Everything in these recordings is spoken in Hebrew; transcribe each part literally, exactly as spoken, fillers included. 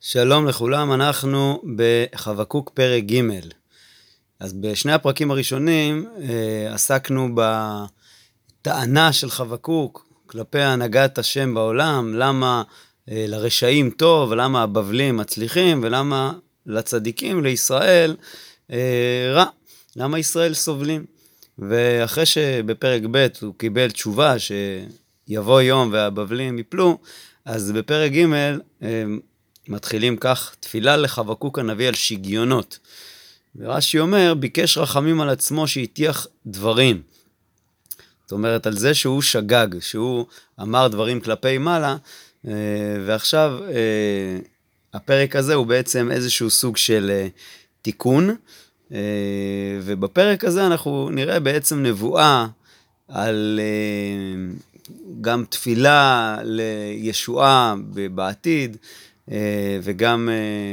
שלום לכולם, אנחנו בחבקוק פרק ג'. אז בשני הפרקים הראשונים אה, עסקנו בטענה של חבקוק כלפי הנהגת השם בעולם, למה אה, לרשעים טוב, ולמה הבבלים מצליחים, ולמה לצדיקים, לישראל אה, רע, למה ישראל סובלים. ואחרי שבפרק ב' הוא קיבל תשובה שיבוא יום והבבלים יפלו, אז בפרק ג' אה, מתחילים כך, תפילה לחבקוק הנביא על שגיונות. ורש"י אומר, ביקש רחמים על עצמו שהטיח דברים. זאת אומרת, על זה שהוא שגג, שהוא אמר דברים כלפי מעלה, ועכשיו הפרק הזה הוא בעצם איזשהו סוג של תיקון, ובפרק הזה אנחנו נראה בעצם נבואה על גם תפילה לישועה בעתיד, וגם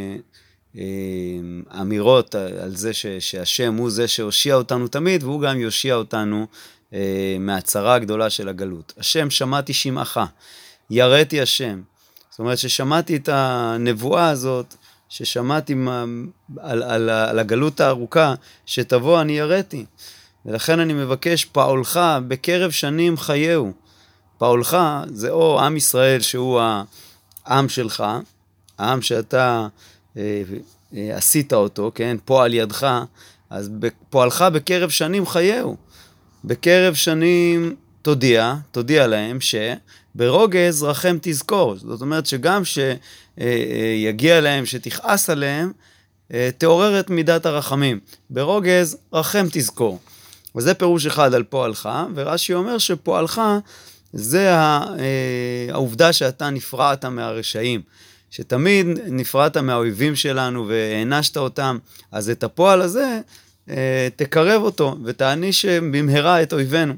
אמירות על זה שהשם הוא זה שהושיע אותנו תמיד, והוא גם יושיע אותנו מהצרה הגדולה של הגלות. השם שמעתי שמעך, יראתי השם. זאת אומרת ששמעתי את הנבואה הזאת, ששמעתי על, על, על הגלות הארוכה, שתבוא אני יראתי. ולכן אני מבקש פעולך בקרב שנים חייהו. פעולך זה או עם ישראל שהוא העם שלך, העם שאתה אה, אה, עשית אותו, כן, פועל ידך, אז פועלך בקרב שנים חייהו. בקרב שנים תודיע, תודיע להם שברוגז רחם תזכור. זאת אומרת שגם שיגיע להם, שתכעס עליהם, אה, תעורר את מידת הרחמים. ברוגז רחם תזכור. וזה פירוש אחד על פועלך, ורש"י אומר שפועלך זה העובדה שאתה נפרעת מהרשעים. שתמיד נפרעת מהאויבים שלנו והענשת אותם, אז את הפועל הזה תקרב אותו ותעניש במהרה את אויבינו.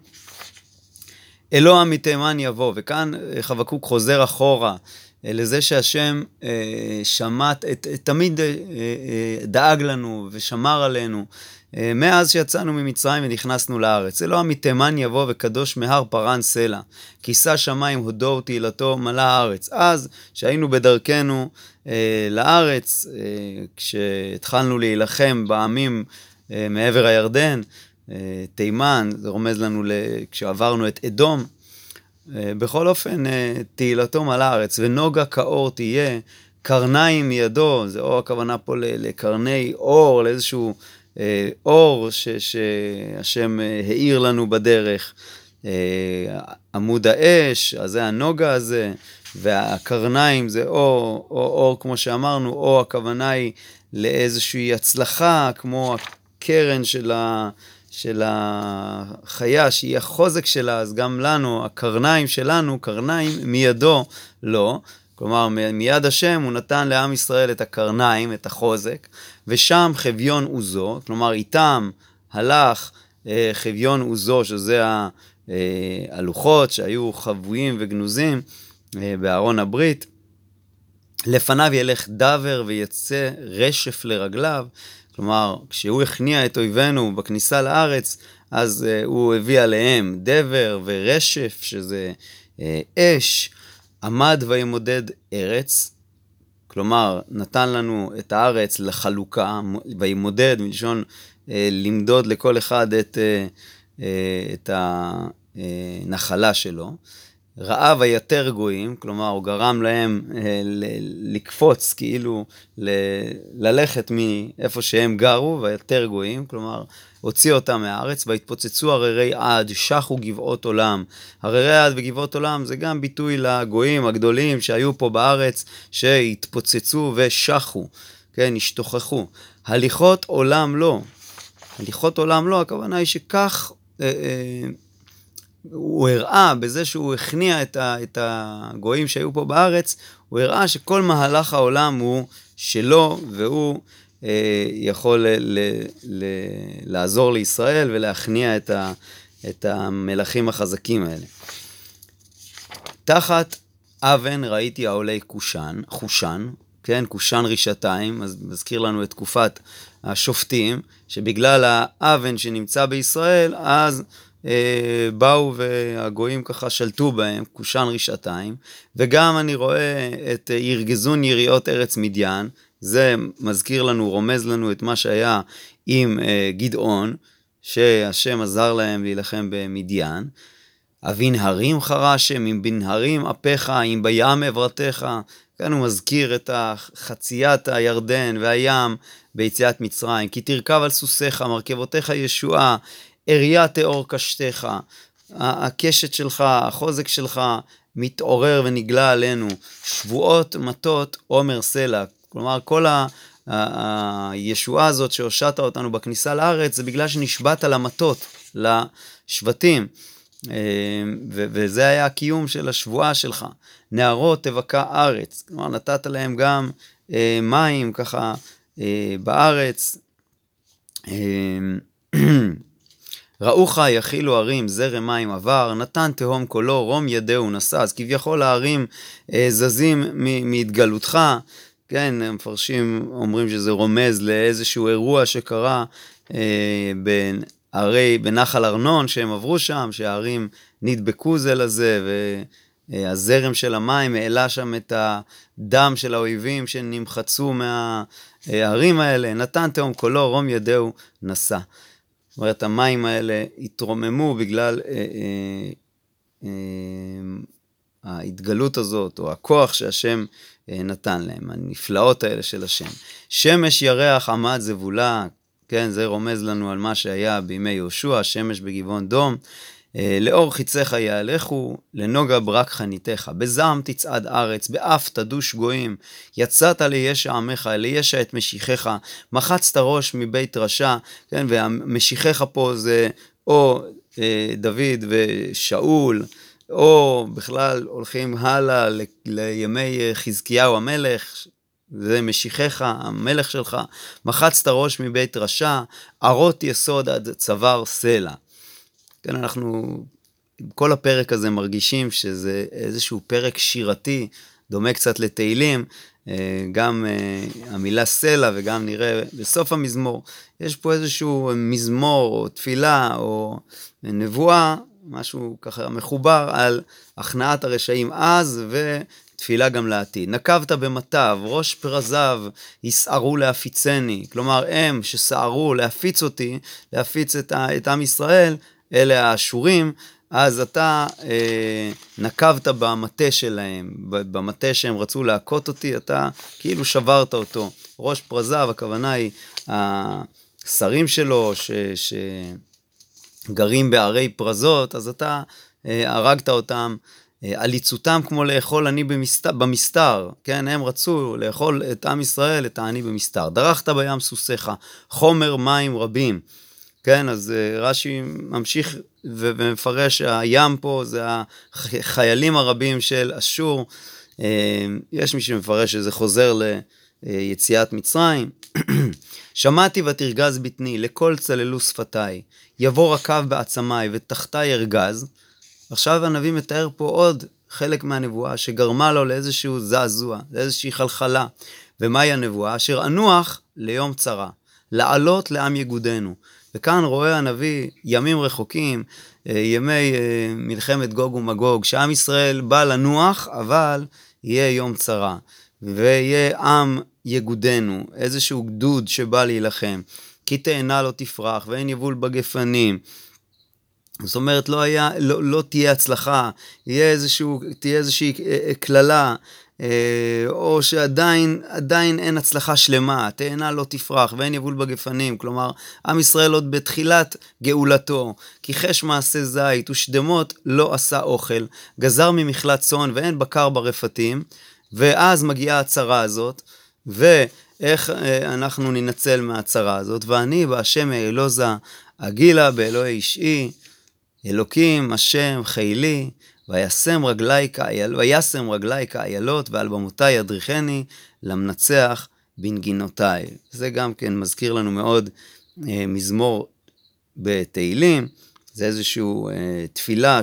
אלוה מתימן יבוא, וכאן חבקוק חוזר אחורה לזה שהשם שמט, תמיד דאג לנו ושמר עלינו, מאז שיצאנו ממצרים ונכנסנו לארץ. אלוה מתימן יבוא וקדוש מהר פרן סלע, כיסה שמיים הודו ותהילתו מלא הארץ. אז שהיינו בדרכנו אה, לארץ, אה, כשהתחלנו להילחם בעמים אה, מעבר הירדן, אה, תימן, זה רומז לנו כשעברנו את אדום, אה, בכל אופן אה, תהילתו מלא הארץ, ונוגה כאור תהיה, קרניים מידו, זה או הכוונה פה לקרני אור, לאיזשהו אור ש, שהשם העיר לנו בדרך, עמוד האש, אז זה הנוגה הזה, והקרניים זה או, או אור כמו שאמרנו, או הכוונה היא לאיזושהי הצלחה, כמו הקרן של, ה, של החיה, שהיא החוזק שלה, אז גם לנו, הקרניים שלנו, קרניים מידו לא, כלומר, מיד השם הוא נתן לעם ישראל את הקרניים, את החוזק, ושם חביון עוזו, כלומר, איתם הלך אה, חביון עוזו, שזה הלוחות שהיו חבויים וגנוזים אה, בארון הברית. לפניו ילך דבר ויצא רשף לרגליו, כלומר, כשהוא הכניע את אויבינו בכניסה לארץ, אז אה, הוא הביא עליהם דבר ורשף, שזה אה, אש, עמד וימודד ארץ, כלומר נתן לנו את הארץ לחלוקה, וימודד מלשון אה, למדוד לכל אחד את, אה, אה, את הנחלה שלו. ראה ויתר גויים, כלומר הוא גרם להם אה, ל- לקפוץ, כאילו ל- ללכת מאיפה שהם גרו, ויתר גויים, כלומר הוציא אותם מהארץ, והתפוצצו הררי עד, שחו גבעות עולם. הררי עד וגבעות עולם זה גם ביטוי לגויים הגדולים שהיו פה בארץ, שהתפוצצו ושחו, כן, השתוכחו. הליכות עולם לא. הליכות עולם לא, הכוונה היא שכך אה, אה, הוא הראה בזה שהוא הכניע את, ה, את הגויים שהיו פה בארץ, הוא הראה שכל מהלך העולם הוא שלו, והוא אה, יכול ל, ל, ל, לעזור לישראל ולהכניע את, ה, את המלכים החזקים האלה. תחת אבן ראיתי העולי קושן, חושן, כן, קושן רישתיים, אז מזכיר לנו את תקופת השופטים, שבגלל האבן שנמצא בישראל, אז אה, באו והגויים ככה שלטו בהם, קושן רשעתיים, וגם אני רואה את אה, ירגזון יריעות ארץ מדיין, זה מזכיר לנו, רומז לנו את מה שהיה עם אה, גדעון, שהשם עזר להם להילחם במדיין, אבין הרים חרשם, אם בנהרים אפיך, אם בים עברתך, כאן הוא מזכיר את חציית הירדן והים ביציאת מצרים, כי תרכב על סוסיך, מרכבותיך ישועה, אריה תאור קשתך, הקשת שלך, החוזק שלך מתעורר ונגלה עלינו, שבועות מטות עומר סלע, כלומר כל ה... הישועה הזאת שהושעת אותנו בכניסה לארץ, זה בגלל שנשבעת למטות, לשבטים, וזה היה הקיום של השבועה שלך. נערות תבקע ארץ, כלומר נתת להם גם מים ככה בארץ, ראוך יכילו הרים, זרם מים עבר, נתן תהום קולו, רום ידהו נשא, אז כביכול הערים זזים מהתגלותך, כן, המפרשים אומרים שזה רומז לאיזשהו אירוע שקרה אה, בין ערי, בנחל ארנון שהם עברו שם, שהערים נדבקו זה לזה, והזרם של המים העלה שם את הדם של האויבים שנמחצו מהערים האלה, נתן תהום קולו, רום ידהו נשא. זאת אומרת, המים האלה התרוממו בגלל אה, אה, אה, ההתגלות הזאת, או הכוח שהשם נתן להם, הנפלאות האלה של השם. שמש ירח עמד זבולה, כן, זה רומז לנו על מה שהיה בימי יהושע, שמש בגבעון דום, לאור חיציך יהלכו, לנוגה ברק חניתך, בזעם תצעד ארץ, באף תדוש גויים, יצאת לישע עמך, לישע את משיחך, מחצת ראש מבית רשע, כן, והמשיחך פה זה או דוד ושאול, או בכלל הולכים הלאה ל- לימי חזקיהו המלך, זה משיחך, המלך שלך, מחצת ראש מבית רשע, ערות יסוד עד צוואר סלע. כן, אנחנו כל הפרק הזה מרגישים שזה איזשהו פרק שירתי, דומה קצת לתהילים, גם המילה סלע וגם נראה בסוף המזמור, יש פה איזשהו מזמור או תפילה או נבואה, משהו ככה מחובר על הכנעת הרשעים אז ותפילה גם לעתיד. נקבת במטב, ראש פרזיו יסערו להפיצני, כלומר הם שסערו להפיץ אותי, להפיץ את, ה, את עם ישראל, אלה האשורים, אז אתה אה, נקבת במטה שלהם, במטה שהם רצו להכות אותי, אתה כאילו שברת אותו. ראש פרזיו, הכוונה היא השרים שלו ש... ש גרים בערי פרזות, אז אתה אה, הרגת אותם, אה, עליצותם כמו לאכול אני במסתר, במסתר, כן, הם רצו לאכול את עם ישראל, את העני במסתר, דרכת בים סוסיך, חומר מים רבים, כן, אז אה, רש"י ממשיך ו- ומפרש שהים פה זה החיילים הרבים של אשור, אה, יש מי שמפרש שזה חוזר ליציאת מצרים, שמעתי ותרגז בטני, לכל צללו שפתיי, יבוא רקב בעצמי ותחתי ירגז. עכשיו הנביא מתאר פה עוד חלק מהנבואה שגרמה לו לאיזשהו זעזוע, לאיזושהי חלחלה. ומהי הנבואה? אשר אנוח ליום צרה, לעלות לעם יגודנו. וכאן רואה הנביא ימים רחוקים, ימי מלחמת גוג ומגוג, שעם ישראל בא לנוח, אבל יהיה יום צרה. ויהיה עם יגודנו, איזשהו גדוד שבא להילחם, כי תאנה לא תפרח, ואין יבול בגפנים, זאת אומרת לא, היה, לא, לא תהיה הצלחה, יהיה איזשהו, תהיה איזושהי כללה, או שעדיין עדיין אין הצלחה שלמה, תאנה לא תפרח, ואין יבול בגפנים, כלומר עם ישראל עוד בתחילת גאולתו, כי חש מעשה זית ושדמות לא עשה אוכל, גזר ממחלת צאן ואין בקר ברפתים, ואז מגיעה הצרה הזאת, ואיך אנחנו ננצל מהצרה הזאת, ואני בהשם האלוזה אגילה באלוהי אישי, אלוקים השם חילי, וישם רגלי כאייל, וישם רגלי כאיילות, ועל במותיי ידריכני למנצח בנגינותיי. זה גם כן מזכיר לנו מאוד אה, מזמור בתהילים, זה איזשהו אה, תפילה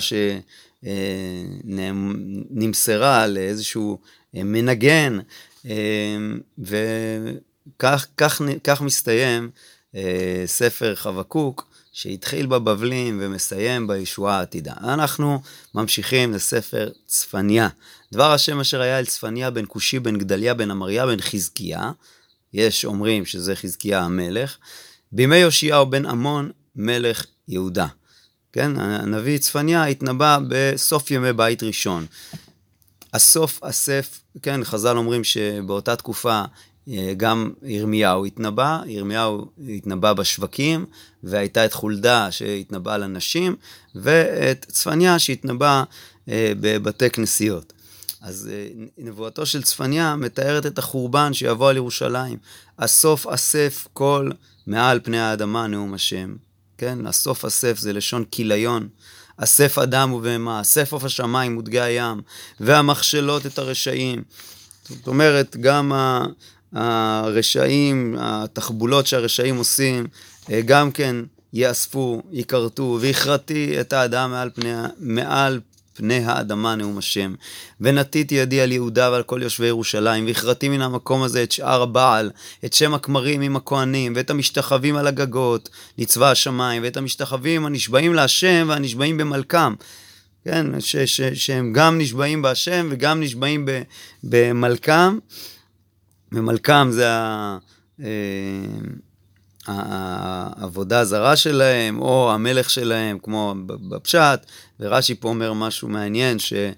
שנמסרה לאיזשהו אה, מנגן, אה, וכך כך, כך מסתיים אה, ספר חבקוק, שהתחיל בבבלים ומסיים בישועה העתידה. אנחנו ממשיכים לספר צפניה. דבר השם אשר היה אל צפניה בן כושי בן גדליה בן אמריה בן חזקיה, יש אומרים שזה חזקיה המלך, בימי יאשיהו בן אמון מלך יהודה. כן, הנביא צפניה התנבא בסוף ימי בית ראשון. הסוף אסף, כן, חז"ל אומרים שבאותה תקופה גם ירמיהו התנבא, ירמיהו התנבא בשווקים, והייתה את חולדה שהתנבא לנשים, ואת צפניה שהתנבא בבתי כנסיות. אז נבואתו של צפניה מתארת את החורבן שיבוא על ירושלים. הסוף אסף כל מעל פני האדמה נאום השם. כן, הסוף אסף זה לשון כיליון. אסף אדם ובהמה, אסף עוף השמיים ודגי הים, והמכשלות את הרשעים. זאת אומרת, גם הרשעים, התחבולות שהרשעים עושים, גם כן יאספו, יקרתו, ויכרתי את האדם מעל פני, מעל פני האדמה נאום השם. ונתיתי ידי על יהודה ועל כל יושבי ירושלים, ויכרתי מן המקום הזה את שאר הבעל, את שם הכמרים עם הכהנים, ואת המשתחווים על הגגות, לצבא השמיים, ואת המשתחווים הנשבעים להשם והנשבעים במלכם. כן, ש, ש, שהם גם נשבעים בהשם וגם נשבעים ב, במלכם. במלכם זה ה... העבודה הזרה שלהם, או המלך שלהם, כמו בפשט, ורש"י פה אומר משהו מעניין,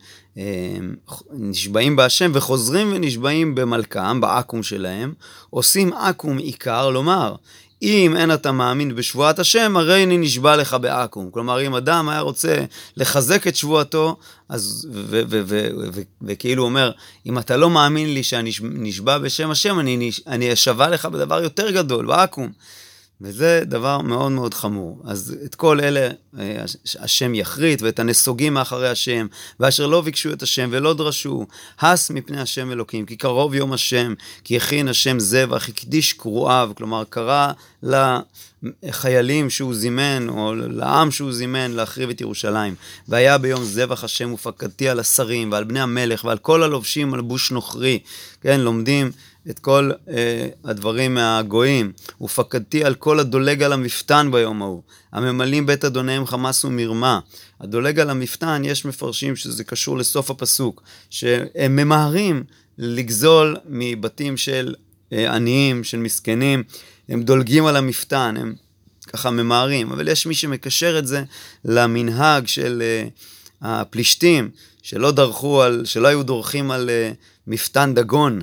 שנשבעים בהשם וחוזרים ונשבעים במלכם, בעקום שלהם, עושים עקום עיקר, לומר, אם אין אתה מאמין בשבועת השם, הרי אני נשבע לך בעקום. כלומר, אם אדם היה רוצה לחזק את שבועתו, אז, ו, ו, ו, ו, ו, וכאילו אומר, אם אתה לא מאמין לי שאני נשבע בשם השם, אני, אני אשבע לך בדבר יותר גדול, בעקום. וזה דבר מאוד מאוד חמור. אז את כל אלה השם יחריט, ואת הנסוגים מאחרי השם, ואשר לא ביקשו את השם ולא דרשו, הס מפני השם אלוקים, כי קרוב יום השם, כי הכין השם זבח, הקדיש קרואיו, כלומר קרא לחיילים שהוא זימן, או לעם שהוא זימן להחריב את ירושלים. והיה ביום זבח השם ופקדתי על השרים ועל בני המלך ועל כל הלובשים על בוש נוכרי. כן, לומדים את כל אה, הדברים מהגויים, ופקדתי על כל הדולג על המפתן ביום ההוא, הממלאים בית אדוניהם חמס ומרמה. הדולג על המפתן, יש מפרשים שזה קשור לסוף הפסוק, שהם ממהרים לגזול מבתים של אה, עניים, של מסכנים, הם דולגים על המפתן, הם ככה ממהרים, אבל יש מי שמקשר את זה למנהג של אה, הפלישתים, שלא דרכו על, שלא היו דורכים על אה, מפתן דגון,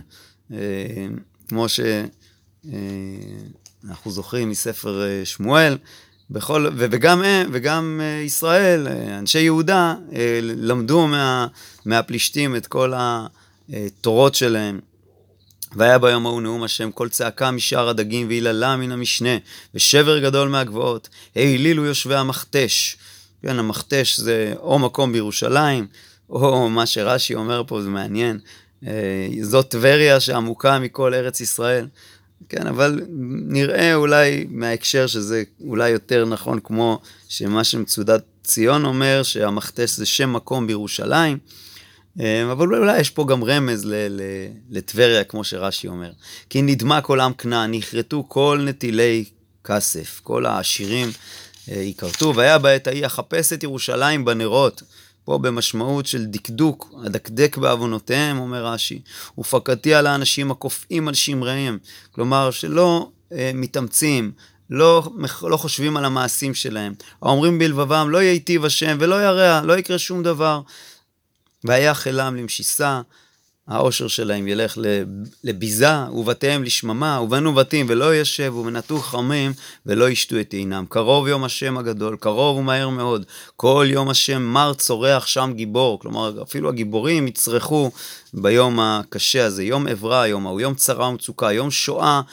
כמו שאנחנו זוכרים מספר שמואל, בכל, וגם, וגם ישראל, אנשי יהודה, למדו מה, מהפלישתים את כל התורות שלהם. והיה ביום ההוא נאום השם, כל צעקה משאר הדגים, והיללה מן המשנה, ושבר גדול מהגבעות, העלילו יושבי המכתש. כן, המכתש זה או מקום בירושלים, או מה שרש"י אומר פה, זה מעניין, זאת טבריה שעמוקה מכל ארץ ישראל, כן, אבל נראה אולי מההקשר שזה אולי יותר נכון, כמו שמה שמצודת ציון אומר, שהמכתש זה שם מקום בירושלים, אבל אולי יש פה גם רמז לטבריה, כמו שרש"י אומר. כי נדמה כל עם כנען, נכרתו כל נטילי כסף, כל העשירים יקרתו, והיה בעת ההיא אחפש את ירושלים בנרות, פה במשמעות של דקדוק, הדקדק בעוונותיהם, אומר רש"י, ופקדתי על האנשים הקופאים על שמריהם, כלומר שלא אה, מתאמצים, לא, לא חושבים על המעשים שלהם, האומרים בלבבם, לא ייטיב השם ולא ירע, לא יקרה שום דבר, והיה חילם למשיסה, העושר שלהם ילך לביזה, ובתיהם לשממה, ובנו בתים ולא ישבו, ונטו חמים ולא ישתו את עינם. קרוב יום השם הגדול, קרוב ומהר מאוד. כל יום השם מר צורח שם גיבור, כלומר אפילו הגיבורים יצרחו ביום הקשה הזה, יום עברה היום, הוא יום צרה ומצוקה, יום שואה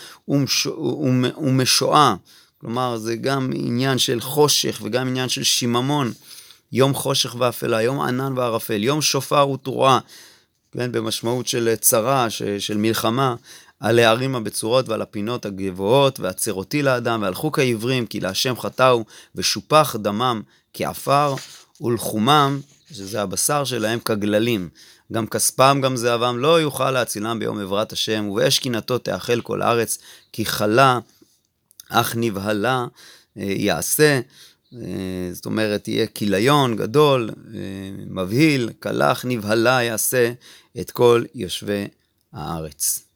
ומשואה. כלומר זה גם עניין של חושך וגם עניין של שיממון, יום חושך ואפלה, יום ענן וערפל, יום שופר ותרועה, כן, במשמעות של צרה, של מלחמה, על הערים הבצורות ועל הפינות הגבוהות, והצרותי לאדם, ועל חוק העברים, כי להשם חטאו, ושופח דמם כעפר, ולחומם, שזה הבשר שלהם, כגללים. גם כספם, גם זהבם, לא יוכל להצילם ביום עברת השם, ובאש קנאתו תאכל כל הארץ, כי חלה, אך נבהלה, יעשה, זאת אומרת, יהיה כיליון גדול, מבהיל, קלח, נבהלה, יעשה את כל יושבי הארץ.